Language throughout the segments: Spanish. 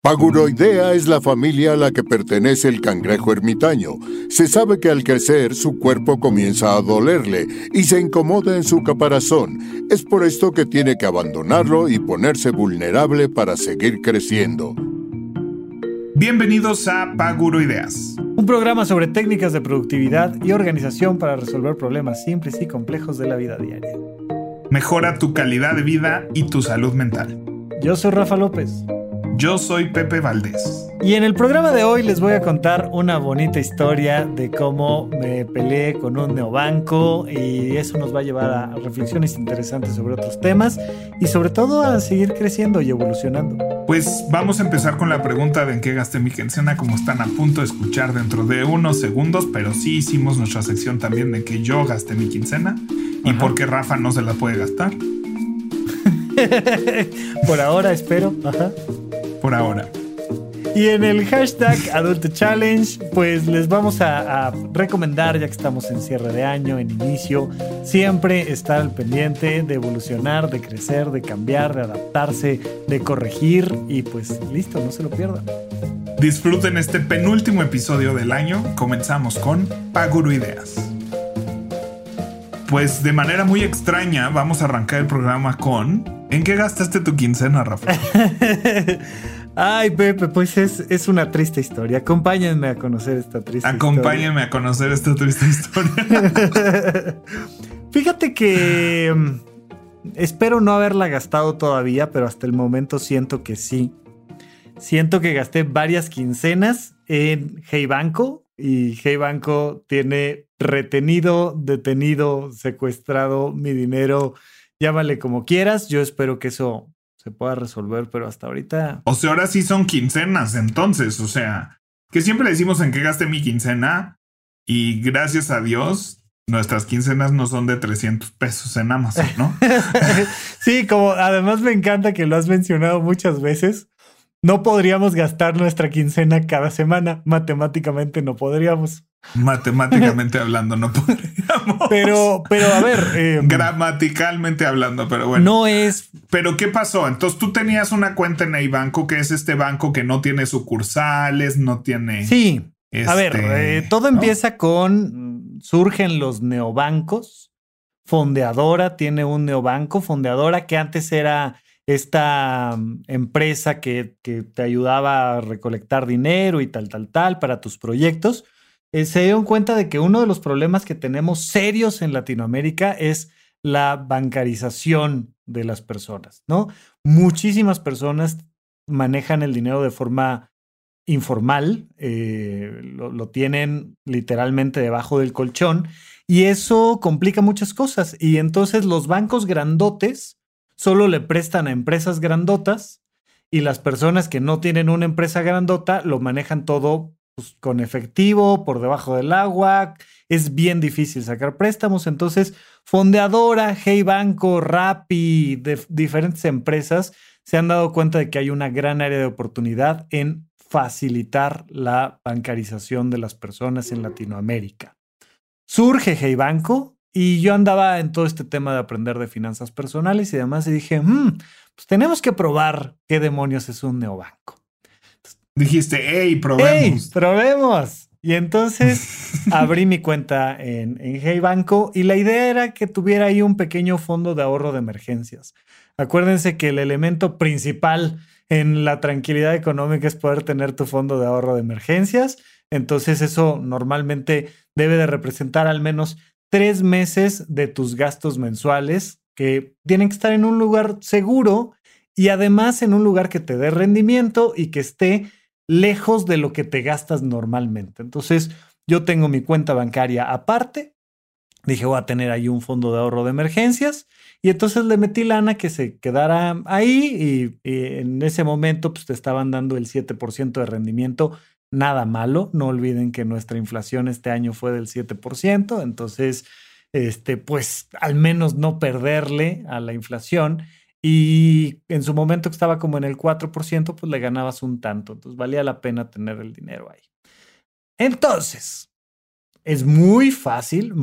Paguroidea es la familia a la que pertenece el cangrejo ermitaño. Se sabe que al crecer su cuerpo comienza a dolerle y se incomoda en su caparazón. Es por esto que tiene que abandonarlo y ponerse vulnerable para seguir creciendo. Bienvenidos a Paguroideas, un programa sobre técnicas de productividad y organización para resolver problemas simples y complejos de la vida diaria. Mejora tu calidad de vida y tu salud mental. Yo soy Rafa López. Yo soy Pepe Valdés. Y en el programa de hoy les voy a contar una bonita historia de cómo me peleé con un neobanco, y eso nos va a llevar a reflexiones interesantes sobre otros temas y sobre todo a seguir creciendo y evolucionando. Pues vamos a empezar con la pregunta de en qué gasté mi quincena, como están a punto de escuchar dentro de unos segundos, pero sí hicimos nuestra sección también de que yo gasté mi quincena. ¿Y por qué Rafa no se la puede gastar? Por ahora, espero. Ajá. Por ahora. Y en el hashtag Adulto Challenge, pues les vamos a recomendar, ya que estamos en cierre de año, en inicio, siempre estar al pendiente de evolucionar, de crecer, de cambiar, de adaptarse, de corregir, y pues listo, no se lo pierdan. Disfruten este penúltimo episodio del año. Comenzamos con Paguroideas. Pues de manera muy extraña vamos a arrancar el programa con ¿en qué gastaste tu quincena, Rafa? Ay, Pepe, pues es una triste historia. Acompáñenme a conocer esta triste Acompáñenme a conocer esta triste historia. Fíjate que espero no haberla gastado todavía, pero hasta el momento siento que sí. Siento que gasté varias quincenas en Hey Banco, y Hey Banco tiene retenido, detenido, secuestrado mi dinero. Llámale como quieras. Yo espero que eso se pueda resolver, pero hasta ahorita... O sea, ahora sí son quincenas, entonces. O sea, que siempre decimos en qué gasté mi quincena, y gracias a Dios nuestras quincenas no son de 300 pesos en Amazon, ¿no? Sí, como además me encanta que lo has mencionado muchas veces. No podríamos gastar nuestra quincena cada semana. Matemáticamente no podríamos. Matemáticamente hablando no podríamos. Pero a ver... gramaticalmente hablando, pero bueno. No es... Pero ¿qué pasó? Entonces tú tenías una cuenta en iBanco, que es este banco que no tiene sucursales, no tiene... Sí. A ver, todo empieza con... Surgen los neobancos. Fondeadora tiene un neobanco. Fondeadora, que antes era esta empresa que te ayudaba a recolectar dinero y tal para tus proyectos. Se dieron cuenta de que uno de los problemas que tenemos serios en Latinoamérica es la bancarización de las personas, ¿no? Muchísimas personas manejan el dinero de forma informal, lo tienen literalmente debajo del colchón, y eso complica muchas cosas. Y entonces los bancos grandotes solo le prestan a empresas grandotas, y las personas que no tienen una empresa grandota lo manejan todo pues, con efectivo, por debajo del agua. Es bien difícil sacar préstamos. Entonces, Fondeadora, Hey Banco, Rappi, diferentes empresas se han dado cuenta de que hay una gran área de oportunidad en facilitar la bancarización de las personas en Latinoamérica. Surge Hey Banco, y yo andaba en todo este tema de aprender de finanzas personales y demás, y dije, pues tenemos que probar qué demonios es un neobanco. Dijiste, hey, probemos. ¡Hey, probemos! Y entonces abrí mi cuenta en Hey Banco, y la idea era que tuviera ahí un pequeño fondo de ahorro de emergencias. Acuérdense que el elemento principal en la tranquilidad económica es poder tener tu fondo de ahorro de emergencias. Entonces eso normalmente debe de representar al menos 3 meses de tus gastos mensuales, que tienen que estar en un lugar seguro y además en un lugar que te dé rendimiento y que esté lejos de lo que te gastas normalmente. Entonces, yo tengo mi cuenta bancaria aparte. Dije, voy a tener ahí un fondo de ahorro de emergencias, y entonces le metí lana que se quedara ahí, y en ese momento pues te estaban dando el 7% de rendimiento. Nada malo. No olviden que nuestra inflación este año fue del 7%. Entonces, pues al menos no perderle a la inflación. Y en su momento que estaba como en el 4%, pues le ganabas un tanto. Entonces valía la pena tener el dinero ahí. Entonces, es muy fácil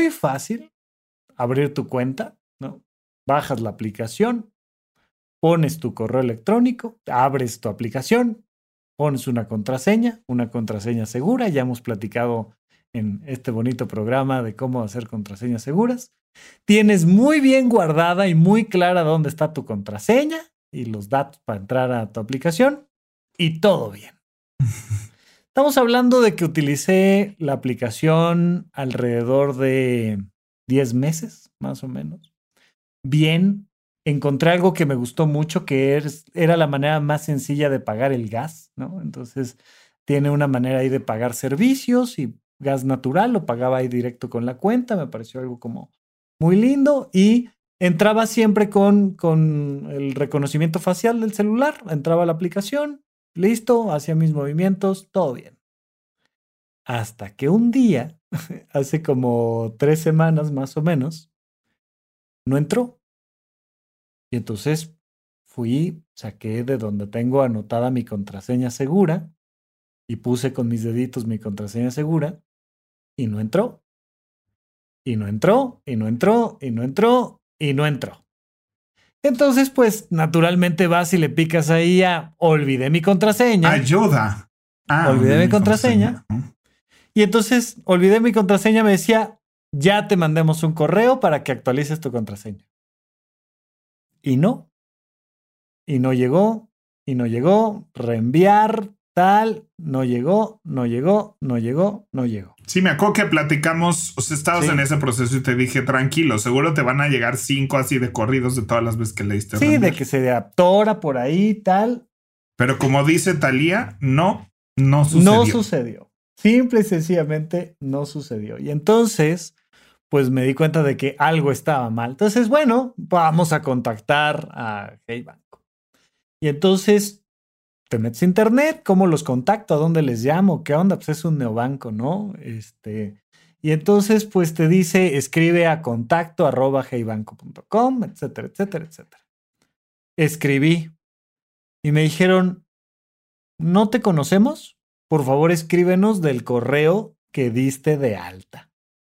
abrir tu cuenta, ¿no? Bajas la aplicación, pones tu correo electrónico, abres tu aplicación, pones una contraseña segura. Ya hemos platicado en este bonito programa de cómo hacer contraseñas seguras. Tienes muy bien guardada y muy clara dónde está tu contraseña y los datos para entrar a tu aplicación y todo bien. Estamos hablando de que utilicé la aplicación alrededor de 10 meses, más o menos. Bien, encontré algo que me gustó mucho, que era la manera más sencilla de pagar el gas, ¿no? Entonces, tiene una manera ahí de pagar servicios y gas natural, lo pagaba ahí directo con la cuenta, me pareció algo como muy lindo y entraba siempre con el reconocimiento facial del celular, entraba a la aplicación, listo, hacía mis movimientos, todo bien. Hasta que un día, hace como 3 semanas más o menos, no entró. Y entonces fui, saqué de donde tengo anotada mi contraseña segura y puse con mis deditos mi contraseña segura y no entró. Y no entró, y no entró, y no entró, y no entró. Entonces, pues, naturalmente vas y le picas ahí a olvidé mi contraseña. ¡Ayuda! Olvidé mi contraseña. Y entonces, olvidé mi contraseña, me decía, ya te mandemos un correo para que actualices tu contraseña. Y no. Y no llegó, reenviar, tal, no llegó. Sí, me acuerdo que platicamos, o sea, estabas en ese proceso y te dije, tranquilo, seguro te van a llegar 5 así de corridos de todas las veces que leíste. Sí, de que se atora por ahí, tal. Pero como dice Thalía, no sucedió. No sucedió. Simple y sencillamente no sucedió. Y entonces, pues me di cuenta de que algo estaba mal. Entonces, bueno, vamos a contactar a Hey Banco. Y entonces te metes a internet, ¿cómo los contacto? ¿A dónde les llamo? ¿Qué onda? Pues es un neobanco, ¿no? Y entonces, pues te dice, escribe a contacto@heybanco.com, etcétera, etcétera, etcétera. Escribí y me dijeron, ¿no te conocemos? Por favor, escríbenos del correo que diste de alta.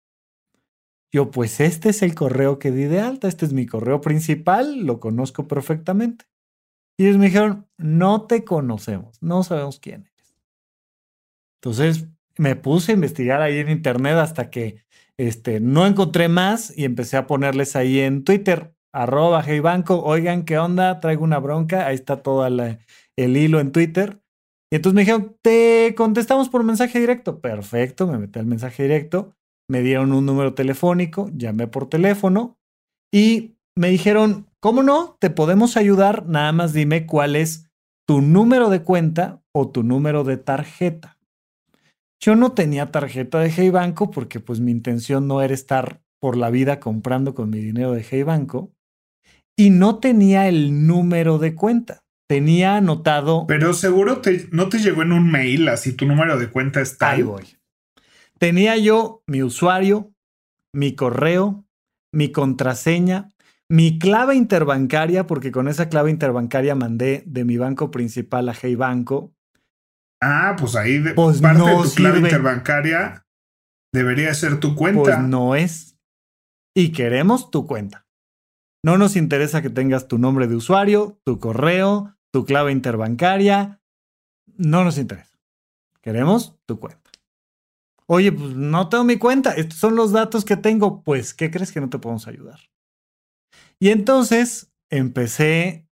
Yo, pues este es el correo que di de alta, este es mi correo principal, lo conozco perfectamente. Y ellos me dijeron, no te conocemos, no sabemos quién eres. Entonces me puse a investigar ahí en internet hasta que no encontré más y empecé a ponerles ahí en Twitter, @heybanco, oigan, ¿qué onda? Traigo una bronca, ahí está todo el hilo en Twitter. Y entonces me dijeron, te contestamos por mensaje directo. Perfecto, me metí al mensaje directo, me dieron un número telefónico, llamé por teléfono y me dijeron, ¿cómo no? Te podemos ayudar, nada más dime cuál es tu número de cuenta o tu número de tarjeta. Yo no tenía tarjeta de Hey Banco porque pues mi intención no era estar por la vida comprando con mi dinero de Hey Banco y no tenía el número de cuenta. Tenía anotado... Pero seguro no te llegó en un mail así tu número de cuenta está. Ahí voy. Tenía yo mi usuario, mi correo, mi contraseña, mi clave interbancaria, porque con esa clave interbancaria mandé de mi banco principal a Hey Banco. Ah, pues ahí pues parte no de tu clave sirve. Interbancaria debería ser tu cuenta. Pues no es. Y queremos tu cuenta. No nos interesa que tengas tu nombre de usuario, tu correo, tu clave interbancaria. No nos interesa. Queremos tu cuenta. Oye, pues no tengo mi cuenta. Estos son los datos que tengo. Pues, ¿qué crees que no te podemos ayudar? Y entonces empecé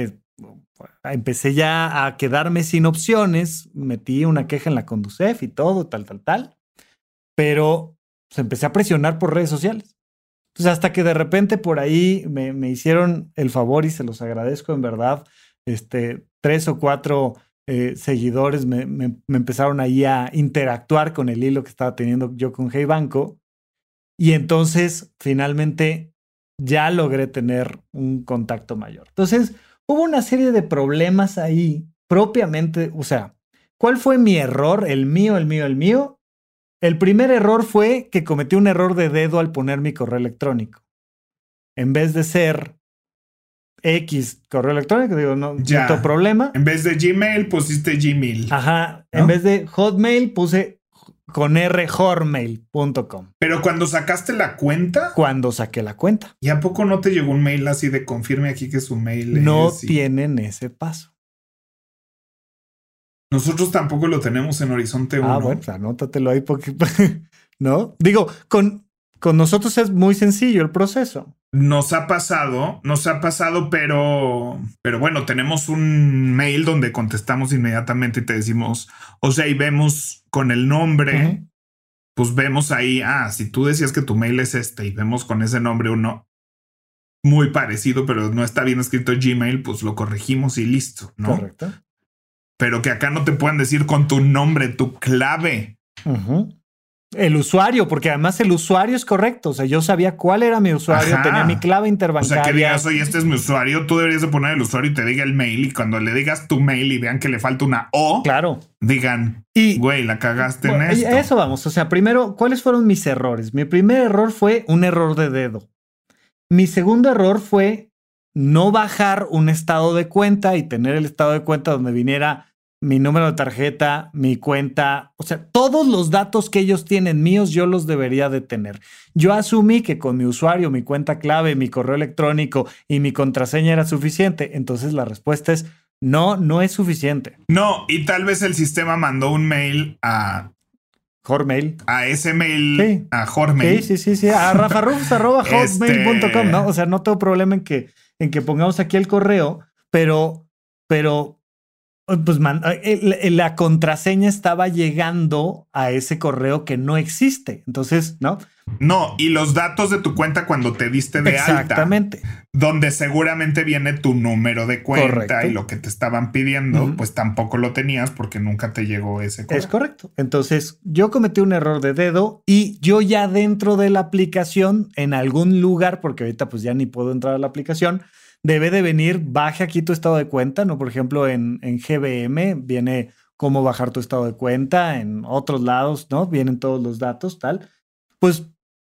ya a quedarme sin opciones. Metí una queja en la Conducef y todo, tal. Pero pues, empecé a presionar por redes sociales. Entonces, hasta que de repente por ahí me hicieron el favor y se los agradezco en verdad. 3 o 4 seguidores me empezaron ahí a interactuar con el hilo que estaba teniendo yo con Hey Banco. Y entonces, finalmente, ya logré tener un contacto mayor. Entonces, hubo una serie de problemas ahí propiamente. O sea, ¿cuál fue mi error? El mío. El primer error fue que cometí un error de dedo al poner mi correo electrónico. En vez de ser X correo electrónico, digo, no tengo problema. En vez de Gmail pusiste Gmail. Ajá. ¿No? En vez de Hotmail puse con hotmail.com. Pero cuando sacaste la cuenta. Cuando saqué la cuenta. ¿Y a poco no te llegó un mail así de confirme aquí que su mail no es? No tienen ese paso. Nosotros tampoco lo tenemos en Horizonte 1. Bueno, pues anótatelo ahí porque, ¿no? Digo, con nosotros es muy sencillo el proceso. Nos ha pasado, pero bueno, tenemos un mail donde contestamos inmediatamente y te decimos, o sea, y vemos con el nombre, pues vemos ahí, si tú decías que tu mail es este y vemos con ese nombre uno muy parecido, pero no está bien escrito Gmail, pues lo corregimos y listo, ¿no? Correcto. Pero que acá no te puedan decir con tu nombre, tu clave. El usuario, porque además el usuario es correcto. O sea, yo sabía cuál era mi usuario, tenía mi clave interbancaria. O sea, que digas, oye, este es mi usuario, tú deberías de poner el usuario y te diga el mail. Y cuando le digas tu mail y vean que le falta una O, claro, digan, güey, la cagaste en esto. A eso vamos. O sea, primero, ¿cuáles fueron mis errores? Mi primer error fue un error de dedo. Mi segundo error fue no bajar un estado de cuenta y tener el estado de cuenta donde viniera mi número de tarjeta, mi cuenta, o sea, todos los datos que ellos tienen míos, yo los debería de tener. Yo asumí que con mi usuario, mi cuenta clave, mi correo electrónico y mi contraseña era suficiente. Entonces la respuesta es no es suficiente. No, y tal vez el sistema mandó un mail a Hotmail. A ese mail, a Hotmail. Sí. A rafarufs@hotmail.com, ¿no? O sea, no tengo problema en que pongamos aquí el correo, pero pues la contraseña estaba llegando a ese correo que no existe. Entonces, ¿no? No, y los datos de tu cuenta cuando te diste de exactamente. Alta. Donde seguramente viene tu número de cuenta. Correcto. Y lo que te estaban pidiendo, pues tampoco lo tenías porque nunca te llegó ese correo. Es correcto. Entonces, yo cometí un error de dedo y yo ya dentro de la aplicación, en algún lugar, porque ahorita pues ya ni puedo entrar a la aplicación, debe de venir, baje aquí tu estado de cuenta, ¿no? Por ejemplo, en GBM viene cómo bajar tu estado de cuenta, en otros lados, ¿no? Vienen todos los datos, tal. Pues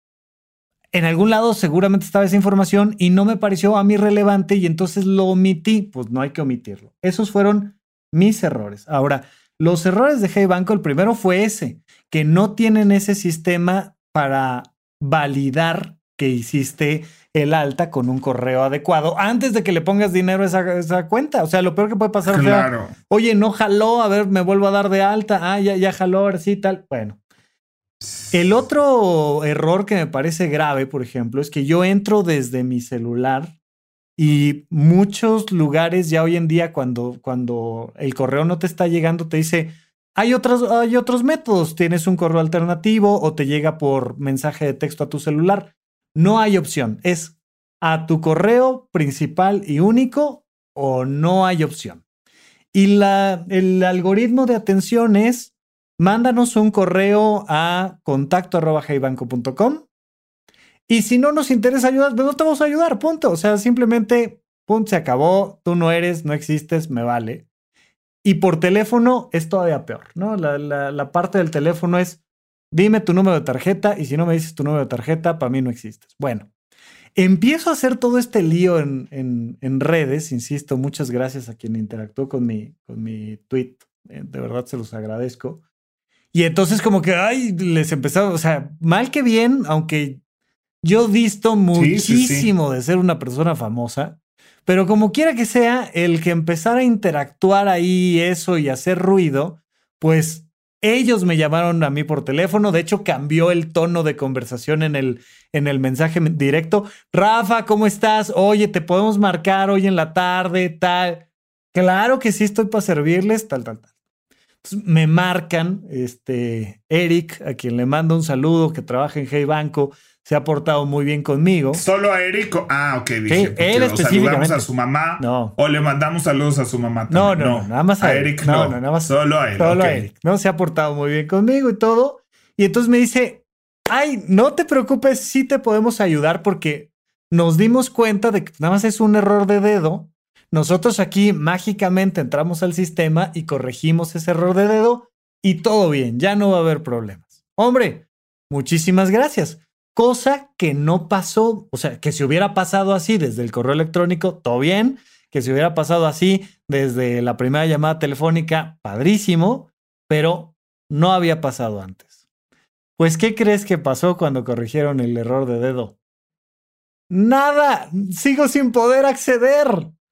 en algún lado seguramente estaba esa información y no me pareció a mí relevante y entonces lo omití. Pues no hay que omitirlo. Esos fueron mis errores. Ahora, los errores de Hey Banco, el primero fue ese, que no tienen ese sistema para validar que hiciste el alta con un correo adecuado antes de que le pongas dinero a esa cuenta. O sea, lo peor que puede pasar claro. es, oye, no jaló, a ver, me vuelvo a dar de alta. Ya jaló, ahora sí, tal. Bueno. El otro error que me parece grave, por ejemplo, es que yo entro desde mi celular y muchos lugares ya hoy en día cuando el correo no te está llegando te dice hay otros métodos, tienes un correo alternativo o te llega por mensaje de texto a tu celular. No hay opción, es a tu correo principal y único o no hay opción. Y el algoritmo de atención es mándanos un correo a contacto@heybanco.com y si no nos interesa ayudar, pues no te vamos a ayudar, punto. O sea, simplemente, punto, se acabó, tú no existes, me vale. Y por teléfono es todavía peor, ¿no? La parte del teléfono es, dime tu número de tarjeta y si no me dices tu número de tarjeta, para mí no existes. Bueno, empiezo a hacer todo este lío en redes, insisto, muchas gracias a quien interactuó con mi tweet, de verdad se los agradezco. Y entonces como que, les empezaba, o sea, mal que bien, aunque yo disto muchísimo de ser una persona famosa, pero como quiera que sea, el que empezara a interactuar ahí eso y hacer ruido, pues ellos me llamaron a mí por teléfono. De hecho, cambió el tono de conversación en el mensaje directo. Rafa, ¿cómo estás? Oye, ¿te podemos marcar hoy en la tarde? Tal. Claro que sí, estoy para servirles, tal. Entonces, me marcan, Eric, a quien le mando un saludo, que trabaja en Hey Banco, se ha portado muy bien conmigo. ¿Solo a Eric? Ok, dije. Él específicamente. ¿Saludamos a su mamá? No. ¿O le mandamos saludos a su mamá también? No, nada más a Eric. No, nada más. Solo a él. Solo a Eric. No, se ha portado muy bien conmigo y todo. Y entonces me dice, no te preocupes, sí te podemos ayudar porque nos dimos cuenta de que nada más es un error de dedo. Nosotros aquí mágicamente entramos al sistema y corregimos ese error de dedo y todo bien, ya no va a haber problemas. Hombre, muchísimas gracias. Cosa que no pasó, o sea, que si hubiera pasado así desde el correo electrónico, todo bien. Que si hubiera pasado así desde la primera llamada telefónica, padrísimo, pero no había pasado antes. Pues, ¿qué crees que pasó cuando corrigieron el error de dedo? Nada, sigo sin poder acceder.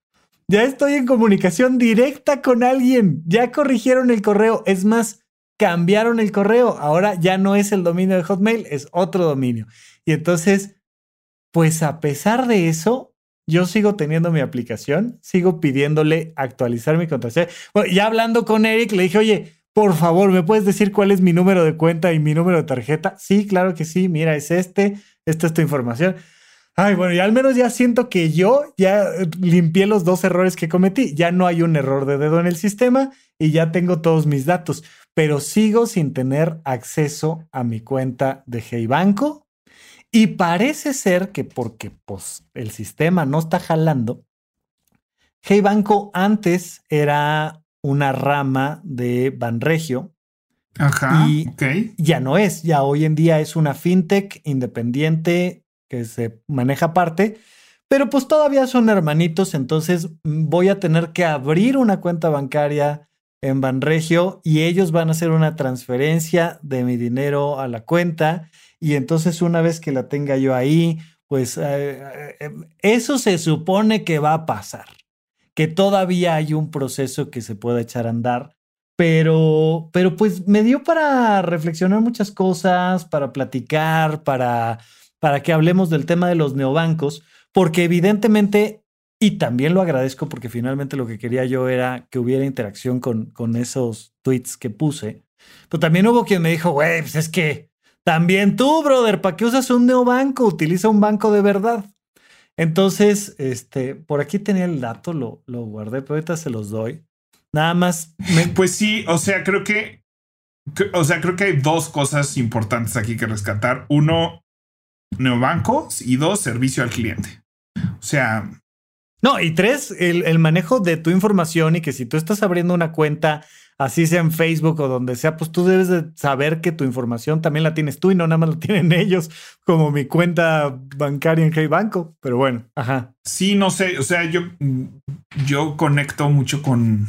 Ya estoy en comunicación directa con alguien. Ya corrigieron el correo. Es más, cambiaron el correo. Ahora ya no es el dominio de Hotmail, es otro dominio. Y entonces, pues a pesar de eso, yo sigo teniendo mi aplicación, sigo pidiéndole actualizar mi contraseña. Bueno, ya hablando con Eric, le dije, oye, por favor, ¿me puedes decir cuál es mi número de cuenta y mi número de tarjeta? Sí, claro que sí. Mira, es esta es tu información. Ay, bueno, y al menos ya siento que yo ya limpié los 2 errores que cometí. Ya no hay un error de dedo en el sistema y ya tengo todos mis datos, pero sigo sin tener acceso a mi cuenta de Hey Banco. Y parece ser que porque pues, el sistema no está jalando, Hey Banco antes era una rama de Banregio. Ajá, y ya no es. Ya hoy en día es una fintech independiente que se maneja aparte, pero pues todavía son hermanitos, entonces voy a tener que abrir una cuenta bancaria en Banregio y ellos van a hacer una transferencia de mi dinero a la cuenta y entonces una vez que la tenga yo ahí, pues eso se supone que va a pasar, que todavía hay un proceso que se pueda echar a andar. Pero pues me dio para reflexionar muchas cosas, para platicar, para que hablemos del tema de los neobancos, porque evidentemente, y también lo agradezco porque finalmente lo que quería yo era que hubiera interacción con esos tweets que puse, pero también hubo quien me dijo, güey, pues es que también tú, brother, ¿para qué usas un neobanco? Utiliza un banco de verdad. Entonces, por aquí tenía el dato, lo guardé, pero ahorita se los doy. Nada más. Pues sí, o sea, creo que hay 2 cosas importantes aquí que rescatar. 1, neobancos y 2, servicio al cliente. O sea. No, y 3, el manejo de tu información y que si tú estás abriendo una cuenta, así sea en Facebook o donde sea, pues tú debes de saber que tu información también la tienes tú y no nada más la tienen ellos, como mi cuenta bancaria en Hey Banco. Pero bueno, ajá. Sí, no sé, o sea, yo conecto mucho con.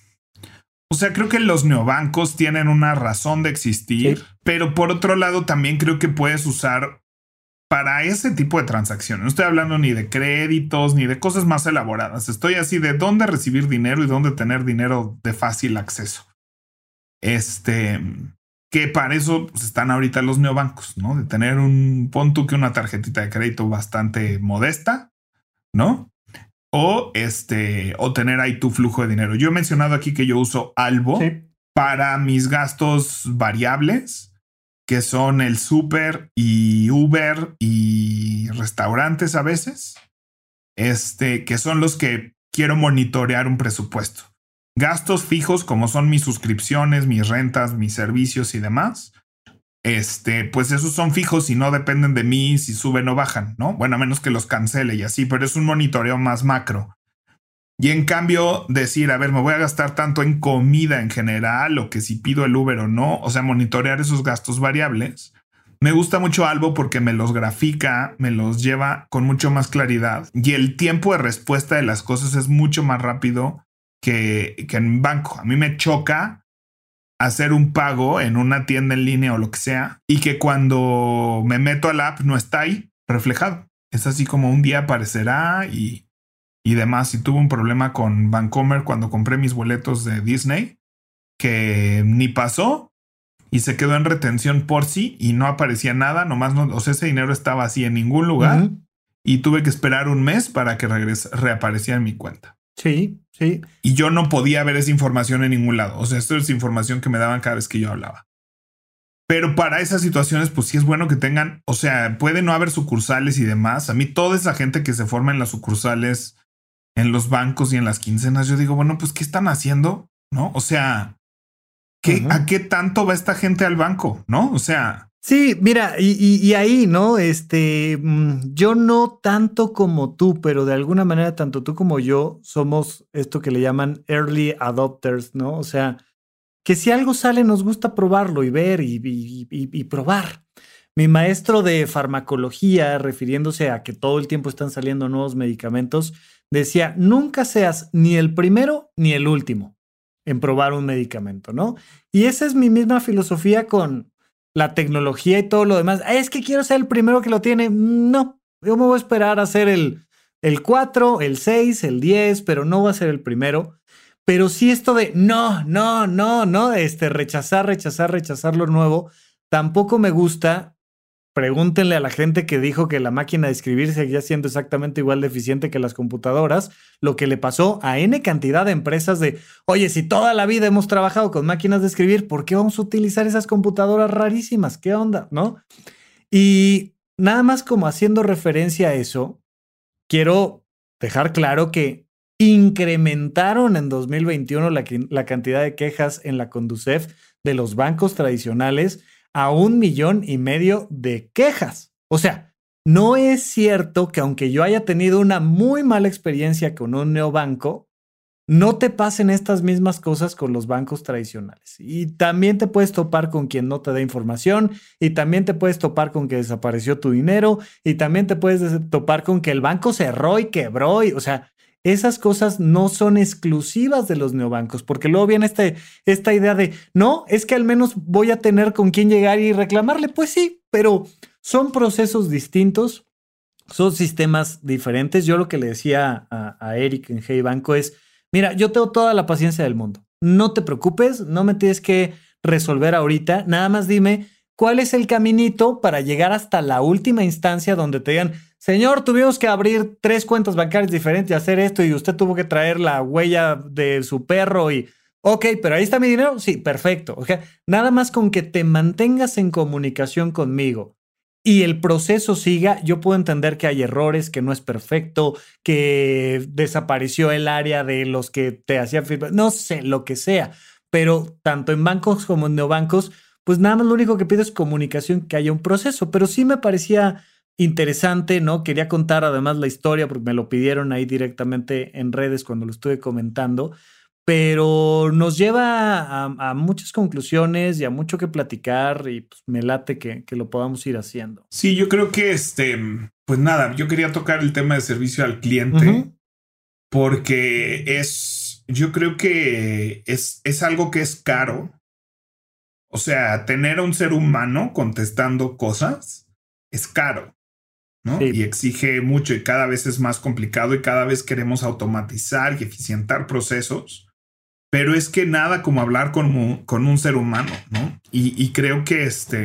O sea, creo que los neobancos tienen una razón de existir, sí, pero por otro lado también creo que puedes usar para ese tipo de transacciones. No estoy hablando ni de créditos ni de cosas más elaboradas. Estoy así de dónde recibir dinero y dónde tener dinero de fácil acceso. Que para eso pues, están ahorita los neobancos, ¿no? De tener pon tú que una tarjetita de crédito bastante modesta, ¿no? O tener ahí tu flujo de dinero. Yo he mencionado aquí que yo uso Albo, sí, para mis gastos variables, que son el súper y Uber y restaurantes a veces, que son los que quiero monitorear un presupuesto. Gastos fijos como son mis suscripciones, mis rentas, mis servicios y demás. Pues esos son fijos y no dependen de mí si suben o bajan, ¿no? Bueno, a menos que los cancele y así, pero es un monitoreo más macro. Y en cambio, decir, a ver, me voy a gastar tanto en comida en general o que si pido el Uber o no, o sea, monitorear esos gastos variables. Me gusta mucho Albo porque me los grafica, me los lleva con mucho más claridad y el tiempo de respuesta de las cosas es mucho más rápido que en banco. A mí me choca hacer un pago en una tienda en línea o lo que sea y que cuando me meto al app no está ahí reflejado. Es así como un día aparecerá y demás. Y tuve un problema con Bancomer cuando compré mis boletos de Disney que ni pasó y se quedó en retención por sí y no aparecía nada, nomás no, o sea, ese dinero estaba así en ningún lugar y tuve que esperar un mes para que reapareciera en mi cuenta. Sí, sí. Y yo no podía ver esa información en ningún lado. O sea, esto es información que me daban cada vez que yo hablaba. Pero para esas situaciones, pues sí es bueno que tengan, o sea, puede no haber sucursales y demás. A mí toda esa gente que se forma en las sucursales, en los bancos y en las quincenas, yo digo, bueno, pues ¿qué están haciendo? ¿No? O sea, ¿a qué tanto va esta gente al banco? ¿No? O sea... Sí, mira, y ahí, ¿no? Yo no tanto como tú, pero de alguna manera tanto tú como yo somos esto que le llaman early adopters, ¿no? O sea, que si algo sale nos gusta probarlo y ver y probar. Mi maestro de farmacología, refiriéndose a que todo el tiempo están saliendo nuevos medicamentos, decía, nunca seas ni el primero ni el último en probar un medicamento, ¿no? Y esa es mi misma filosofía con la tecnología y todo lo demás. Es que quiero ser el primero que lo tiene. No, yo me voy a esperar a ser el el 4, el 6, el 10, pero no va a ser el primero. Pero sí esto de no, rechazar lo nuevo, tampoco me gusta. Pregúntenle a la gente que dijo que la máquina de escribir seguía siendo exactamente igual de eficiente que las computadoras, lo que le pasó a N cantidad de empresas de, oye, si toda la vida hemos trabajado con máquinas de escribir, ¿por qué vamos a utilizar esas computadoras rarísimas? ¿Qué onda? ¿No? Y nada más como haciendo referencia a eso, quiero dejar claro que incrementaron en 2021 la cantidad de quejas en la Conducef de los bancos tradicionales a 1,5 millones de quejas. O sea, no es cierto que aunque yo haya tenido una muy mala experiencia con un neobanco, no te pasen estas mismas cosas con los bancos tradicionales. Y también te puedes topar con quien no te da información, y también te puedes topar con que desapareció tu dinero, y también te puedes topar con que el banco cerró y quebró. O sea, esas cosas no son exclusivas de los neobancos, porque luego viene esta idea de, no, es que al menos voy a tener con quién llegar y reclamarle. Pues sí, pero son procesos distintos, son sistemas diferentes. Yo lo que le decía a Eric en Hey Banco es, mira, yo tengo toda la paciencia del mundo. No te preocupes, no me tienes que resolver ahorita. Nada más dime cuál es el caminito para llegar hasta la última instancia donde te digan, señor, tuvimos que abrir 3 cuentas bancarias diferentes y hacer esto y usted tuvo que traer la huella de su perro y, ok, pero ahí está mi dinero. Sí, perfecto. O sea, nada más con que te mantengas en comunicación conmigo y el proceso siga, yo puedo entender que hay errores, que no es perfecto, que desapareció el área de los que te hacían firmar, no sé, lo que sea. Pero tanto en bancos como en neobancos, pues nada más lo único que pido es comunicación, que haya un proceso. Pero sí me parecía interesante, ¿no? Quería contar además la historia porque me lo pidieron ahí directamente en redes cuando lo estuve comentando. Pero nos lleva a muchas conclusiones y a mucho que platicar y pues me late que lo podamos ir haciendo. Sí, yo creo que pues nada, yo quería tocar el tema de servicio al cliente porque yo creo que es algo que es caro. O sea, tener a un ser humano contestando cosas es caro, ¿no? Sí. Y exige mucho y cada vez es más complicado y cada vez queremos automatizar y eficientar procesos. Pero es que nada como hablar con un ser humano, ¿no? Y creo que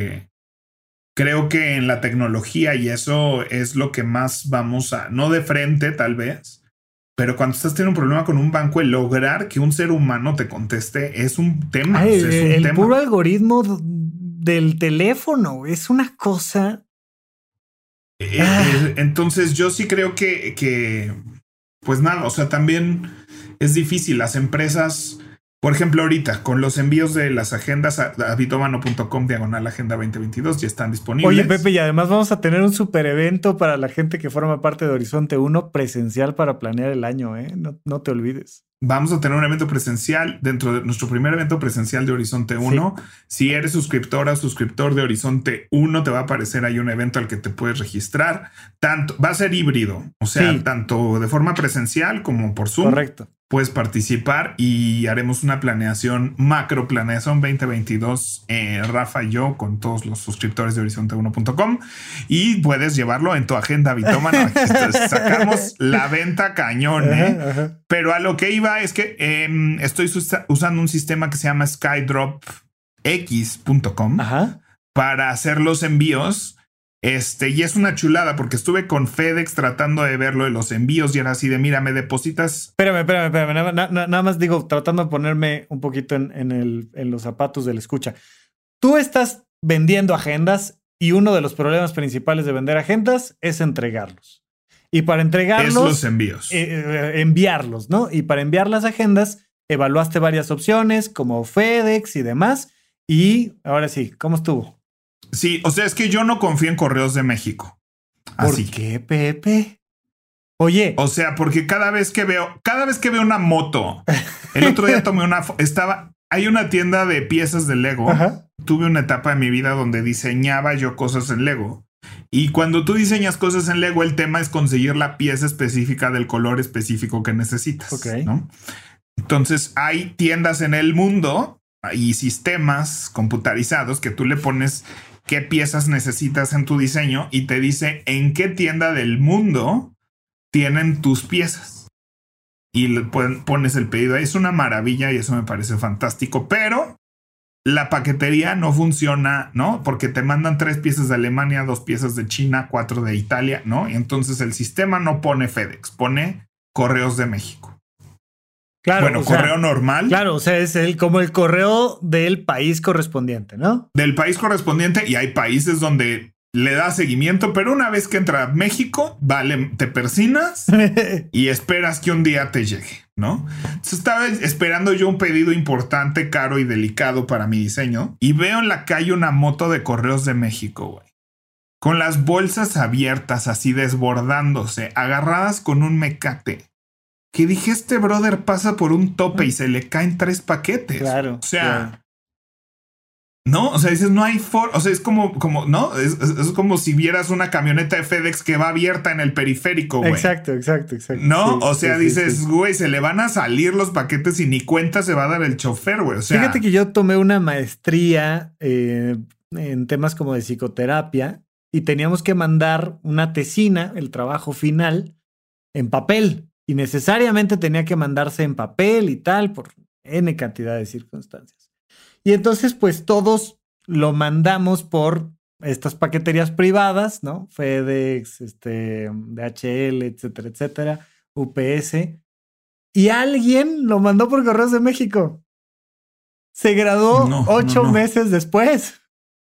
creo que en la tecnología y eso es lo que más vamos a, no de frente tal vez, pero cuando estás teniendo un problema con un banco, el lograr que un ser humano te conteste es un tema. Ay, es un el tema. Puro algoritmo del teléfono es una cosa. Entonces yo sí creo que pues nada, o sea, también es difícil. Las empresas, por ejemplo, ahorita con los envíos de las agendas a bitomano.com/agenda 2022 ya están disponibles. Oye, Pepe, y además vamos a tener un super evento para la gente que forma parte de Horizonte 1 presencial para planear el año, ¿eh? No te olvides. Vamos a tener un evento presencial dentro de nuestro primer evento presencial de Horizonte 1. Sí. Si eres suscriptora o suscriptor de Horizonte 1, te va a aparecer ahí un evento al que te puedes registrar. Va a ser híbrido, o sea, sí, tanto de forma presencial como por Zoom. Correcto. Puedes participar y haremos una macro planeación 2022, Rafa y yo, con todos los suscriptores de Horizonte1.com, y puedes llevarlo en tu agenda bitómana. Sacamos la venta cañón, ¿eh? Ajá. Pero a lo que iba es que estoy usando un sistema que se llama skydropx.com para hacer los envíos. Y es una chulada porque estuve con FedEx tratando de ver lo de los envíos y era así de, mira, me depositas. Espérame. Nada más digo, tratando de ponerme un poquito en los zapatos del escucha. Tú estás vendiendo agendas y uno de los problemas principales de vender agendas es entregarlos. Y para entregarlos... Es los envíos. Enviarlos, ¿no? Y para enviar las agendas evaluaste varias opciones como FedEx y demás. Y ahora sí, ¿cómo estuvo? Sí, o sea, es que yo no confío en Correos de México. Así. ¿Por qué, Pepe? Oye. O sea, porque cada vez que veo una moto, el otro día tomé hay una tienda de piezas de Lego. Ajá. Tuve una etapa de mi vida donde diseñaba yo cosas en Lego. Y cuando tú diseñas cosas en Lego, el tema es conseguir la pieza específica del color específico que necesitas. Okay. ¿No? Entonces hay tiendas en el mundo y sistemas computarizados que tú le pones qué piezas necesitas en tu diseño y te dice en qué tienda del mundo tienen tus piezas y pones el pedido ahí. Es una maravilla y eso me parece fantástico, pero la paquetería no funciona, ¿no? Porque te mandan 3 piezas de Alemania, 2 piezas de China, 4 de Italia, ¿no? Y entonces el sistema no pone FedEx, pone Correos de México. Claro, bueno, correo normal. Claro, o sea, es como el correo del país correspondiente, ¿no? Del país correspondiente, y hay países donde le da seguimiento, pero una vez que entra a México, vale, te persinas y esperas que un día te llegue, ¿no? Entonces estaba esperando yo un pedido importante, caro y delicado para mi diseño, y veo en la calle una moto de Correos de México, güey, con las bolsas abiertas, así desbordándose, agarradas con un mecate. Que dije, este brother pasa por un tope y se le caen 3 paquetes. Claro. O sea, claro. ¿no? O sea, dices, no hay o sea, es como, ¿no? Es como si vieras una camioneta de FedEx que va abierta en el periférico, güey. Exacto. ¿No? Sí, o sea, sí, dices, sí. Güey, se le van a salir los paquetes y ni cuenta se va a dar el chofer, güey. O sea, fíjate que yo tomé una maestría en temas como de psicoterapia y teníamos que mandar una tesina, el trabajo final, en papel. Y necesariamente tenía que mandarse en papel y tal por N cantidad de circunstancias. Y entonces, pues todos lo mandamos por estas paqueterías privadas, ¿no? FedEx, DHL, etcétera, etcétera, UPS. Y alguien lo mandó por Correos de México. Se graduó 8 meses después.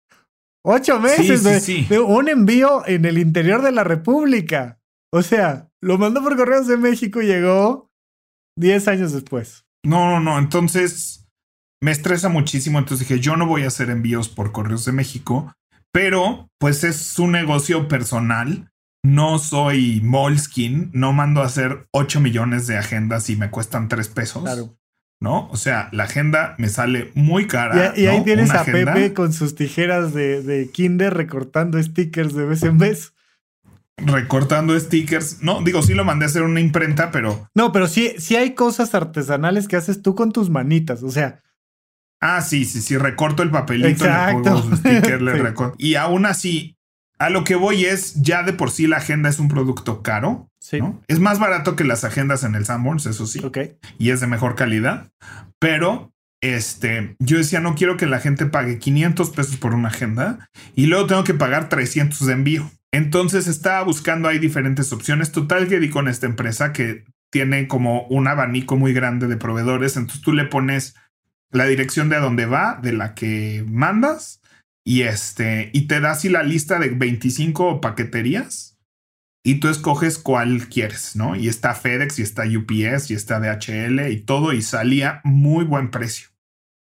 8 meses de un envío en el interior de la República. O sea, lo mandó por Correos de México y llegó 10 años después. No. Entonces me estresa muchísimo. Entonces dije, yo no voy a hacer envíos por Correos de México, pero pues es un negocio personal. No soy Moleskine. No mando a hacer 8 millones de agendas y me cuestan 3 pesos. Claro. ¿No? O sea, la agenda me sale muy cara. Y ahí ¿no? tienes Una a agenda, Pepe con sus tijeras de Kinder recortando stickers de vez en vez. Recortando stickers. No, digo, sí lo mandé a hacer una imprenta, pero... No, pero sí hay cosas artesanales que haces tú con tus manitas, o sea... Ah, sí, recorto el papelito, exacto. le pongo su sticker, le sí. recorto. Y aún así, a lo que voy es, ya de por sí la agenda es un producto caro, sí. ¿no? Es más barato que las agendas en el Sanborns, eso sí. Ok. Y es de mejor calidad, pero... yo decía, no quiero que la gente pague 500 pesos por una agenda y luego tengo que pagar 300 de envío. Entonces estaba buscando ahí diferentes opciones. Total que di con esta empresa que tiene como un abanico muy grande de proveedores. Entonces tú le pones la dirección de a dónde va, de la que mandas y te da así la lista de 25 paqueterías y tú escoges cuál quieres, ¿no? Y está FedEx y está UPS y está DHL y todo y salía muy buen precio.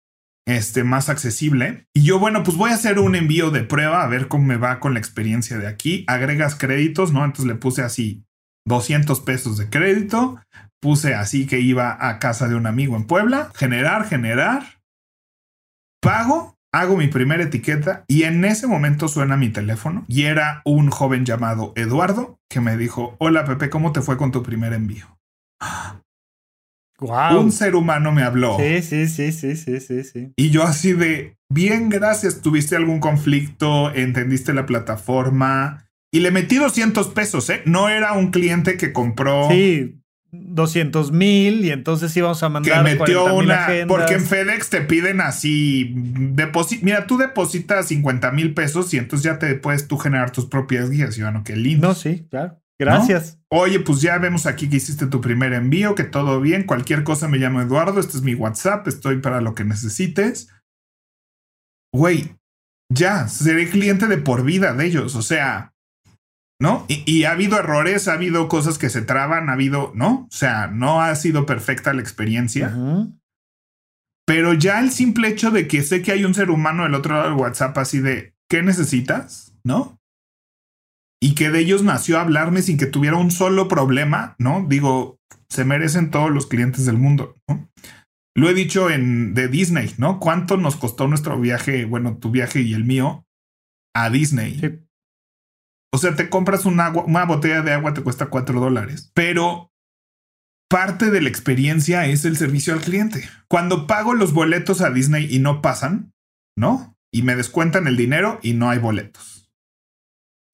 Más accesible. Y yo, bueno, pues voy a hacer un envío de prueba a ver cómo me va con la experiencia de aquí. Agregas créditos, ¿no? Entonces le puse así 200 pesos de crédito. Puse así que iba a casa de un amigo en Puebla. Generar. Pago. Hago mi primera etiqueta y en ese momento suena mi teléfono y era un joven llamado Eduardo que me dijo, hola Pepe, ¿cómo te fue con tu primer envío? Wow. Un ser humano me habló. Sí. Y yo así de, bien, gracias. ¿Tuviste algún conflicto? ¿Entendiste la plataforma? Y le metí 200 pesos, ¿eh? No era un cliente que compró... Sí, 200,000 y entonces íbamos a mandar que metió una agendas. Porque en FedEx te piden así mira, tú depositas 50,000 pesos y entonces ya te puedes tú generar tus propias guías. Y bueno, qué lindo. No, sí, claro. Gracias. ¿No? Oye, pues ya vemos aquí que hiciste tu primer envío, que todo bien. Cualquier cosa me llamo Eduardo. Este es mi WhatsApp. Estoy para lo que necesites. Güey, ya seré cliente de por vida de ellos. O sea, ¿no? Y ha habido errores, ha habido cosas que se traban, ha habido, ¿no? O sea, no ha sido perfecta la experiencia. Uh-huh. Pero ya el simple hecho de que sé que hay un ser humano del otro lado del WhatsApp así de, ¿qué necesitas? ¿No? Y que de ellos nació hablarme sin que tuviera un solo problema, ¿no? Digo, se merecen todos los clientes del mundo, ¿no? Lo he dicho de Disney, ¿no? ¿Cuánto nos costó nuestro viaje, bueno, tu viaje y el mío, a Disney? Sí. O sea, te compras una botella de agua, te cuesta $4. Pero parte de la experiencia es el servicio al cliente. Cuando pago los boletos a Disney y no pasan, ¿no? Y me descuentan el dinero y no hay boletos.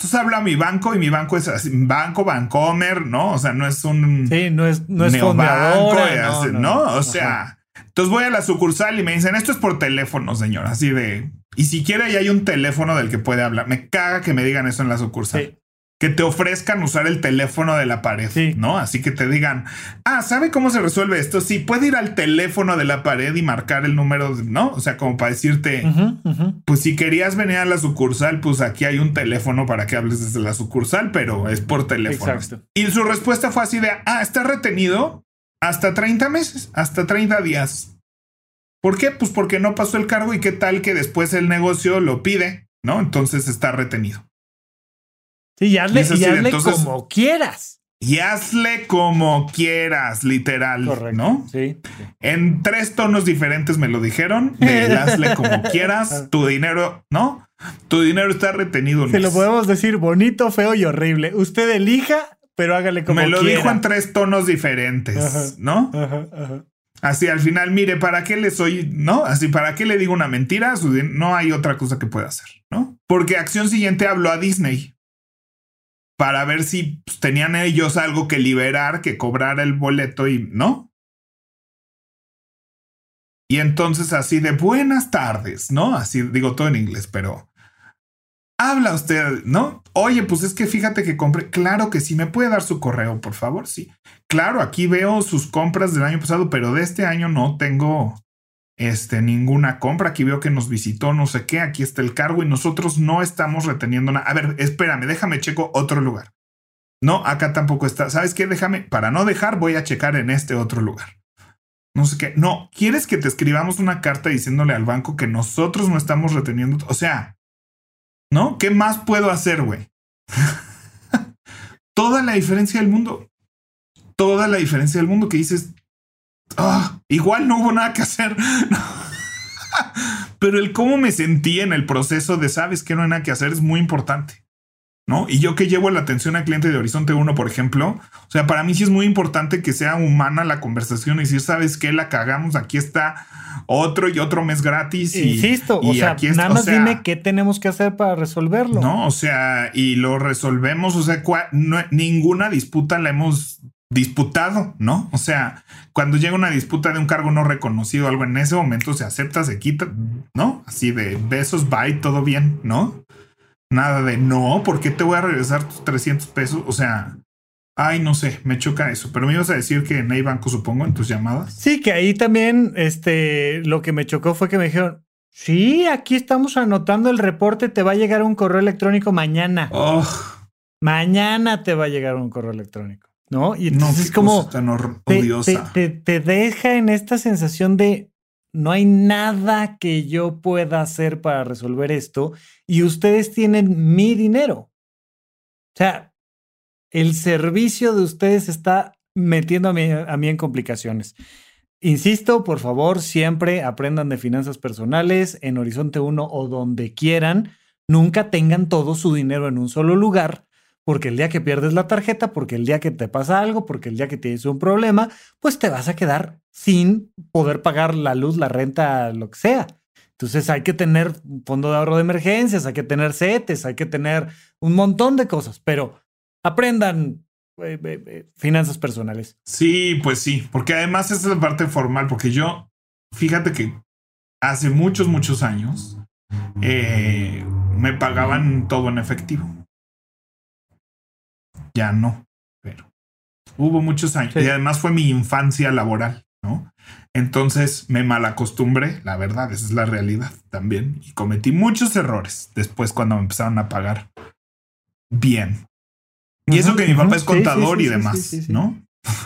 Entonces hablo a mi banco y mi banco es así, banco, Bancomer, ¿no? O sea, no es un... Sí, no es neobanco, fondeadora, ¿no? O sea, entonces voy a la sucursal y me dicen, esto es por teléfono, señor. Así de... Y si quiere, ya hay un teléfono del que puede hablar. Me caga que me digan eso en la sucursal. Sí. Que te ofrezcan usar el teléfono de la pared, sí. ¿no? Así que te digan, ¿sabe cómo se resuelve esto? Sí, puede ir al teléfono de la pared y marcar el número, ¿no? O sea, como para decirte, pues si querías venir a la sucursal, pues aquí hay un teléfono para que hables desde la sucursal, pero es por teléfono. Exacto. Y su respuesta fue así de, está retenido hasta 30 meses, hasta 30 días. ¿Por qué? Pues porque no pasó el cargo y qué tal que después el negocio lo pide, ¿no? Entonces está retenido. Sí, y hazle entonces, como quieras. Y hazle como quieras, literal. Correcto. ¿No? Sí. En 3 tonos diferentes me lo dijeron. Hazle como quieras. Tu dinero, ¿no? Tu dinero está retenido. Se lo podemos decir bonito, feo y horrible. Usted elija, pero hágale como quiera. Me lo dijo en 3 tonos diferentes, ¿no? Así al final, mire, ¿para qué le soy, no? Así, ¿para qué le digo una mentira? No hay otra cosa que pueda hacer, ¿no? Porque acción siguiente habló a Disney para ver si pues, tenían ellos algo que liberar, que cobrar el boleto y no. Y entonces así de buenas tardes, ¿no? Así digo todo en inglés, pero habla usted, ¿no? Oye, pues es que fíjate que compré. Claro que sí, ¿me puede dar su correo, por favor? Sí. Claro, aquí veo sus compras del año pasado, pero de este año no tengo ninguna compra. Aquí veo que nos visitó no sé qué, aquí está el cargo y nosotros no estamos reteniendo nada. A ver, espérame, déjame checo otro lugar. No, acá tampoco está. ¿Sabes qué? Déjame, para no dejar, voy a checar en este otro lugar. No sé qué. No, ¿quieres que te escribamos una carta diciéndole al banco que nosotros no estamos reteniendo? O sea, ¿no? ¿Qué más puedo hacer, güey? Toda la diferencia del mundo. Toda la diferencia del mundo que dices, igual no hubo nada que hacer. Pero el cómo me sentí en el proceso de sabes que no hay nada que hacer es muy importante, ¿no? Y yo que llevo la atención al cliente de Horizonte 1, por ejemplo, o sea, para mí sí es muy importante que sea humana la conversación y decir, ¿sabes qué? La cagamos, aquí está otro y otro mes gratis. Insisto, y o sea, aquí está, nada más dime qué tenemos que hacer para resolverlo. No, o sea, y lo resolvemos, o sea, ninguna disputa la hemos disputado, ¿no? O sea, cuando llega una disputa de un cargo no reconocido, algo en ese momento se acepta, se quita, ¿no? Así de besos, bye, todo bien, ¿no? Nada de no, ¿por qué te voy a regresar tus 300 pesos? O sea, ay, no sé, me choca eso. Pero me ibas a decir que en Banco, supongo, en tus llamadas. Sí, que ahí también, lo que me chocó fue que me dijeron, sí, aquí estamos anotando el reporte, te va a llegar un correo electrónico mañana. Mañana te va a llegar un correo electrónico, ¿no? Y entonces es como tan odiosa. Te deja en esta sensación de no hay nada que yo pueda hacer para resolver esto y ustedes tienen mi dinero. O sea, el servicio de ustedes está metiendo a mí en complicaciones. Insisto, por favor, siempre aprendan de finanzas personales en Horizonte 1 o donde quieran. Nunca tengan todo su dinero en un solo lugar, porque el día que pierdes la tarjeta, porque el día que te pasa algo, porque el día que tienes un problema, pues te vas a quedar sin poder pagar la luz, la renta, lo que sea. Entonces hay que tener un fondo de ahorro de emergencias, hay que tener CETES, hay que tener un montón de cosas, pero aprendan finanzas personales. Sí, pues sí, porque además esa es la parte formal, porque yo, fíjate que hace muchos años me pagaban todo en efectivo. Ya no, pero hubo muchos años. Sí. Y además fue mi infancia laboral, ¿no? Entonces me malacostumbré, la verdad, esa es la realidad también. Y cometí muchos errores después cuando me empezaron a pagar bien. Y eso que mi papá es contador y demás, ¿no?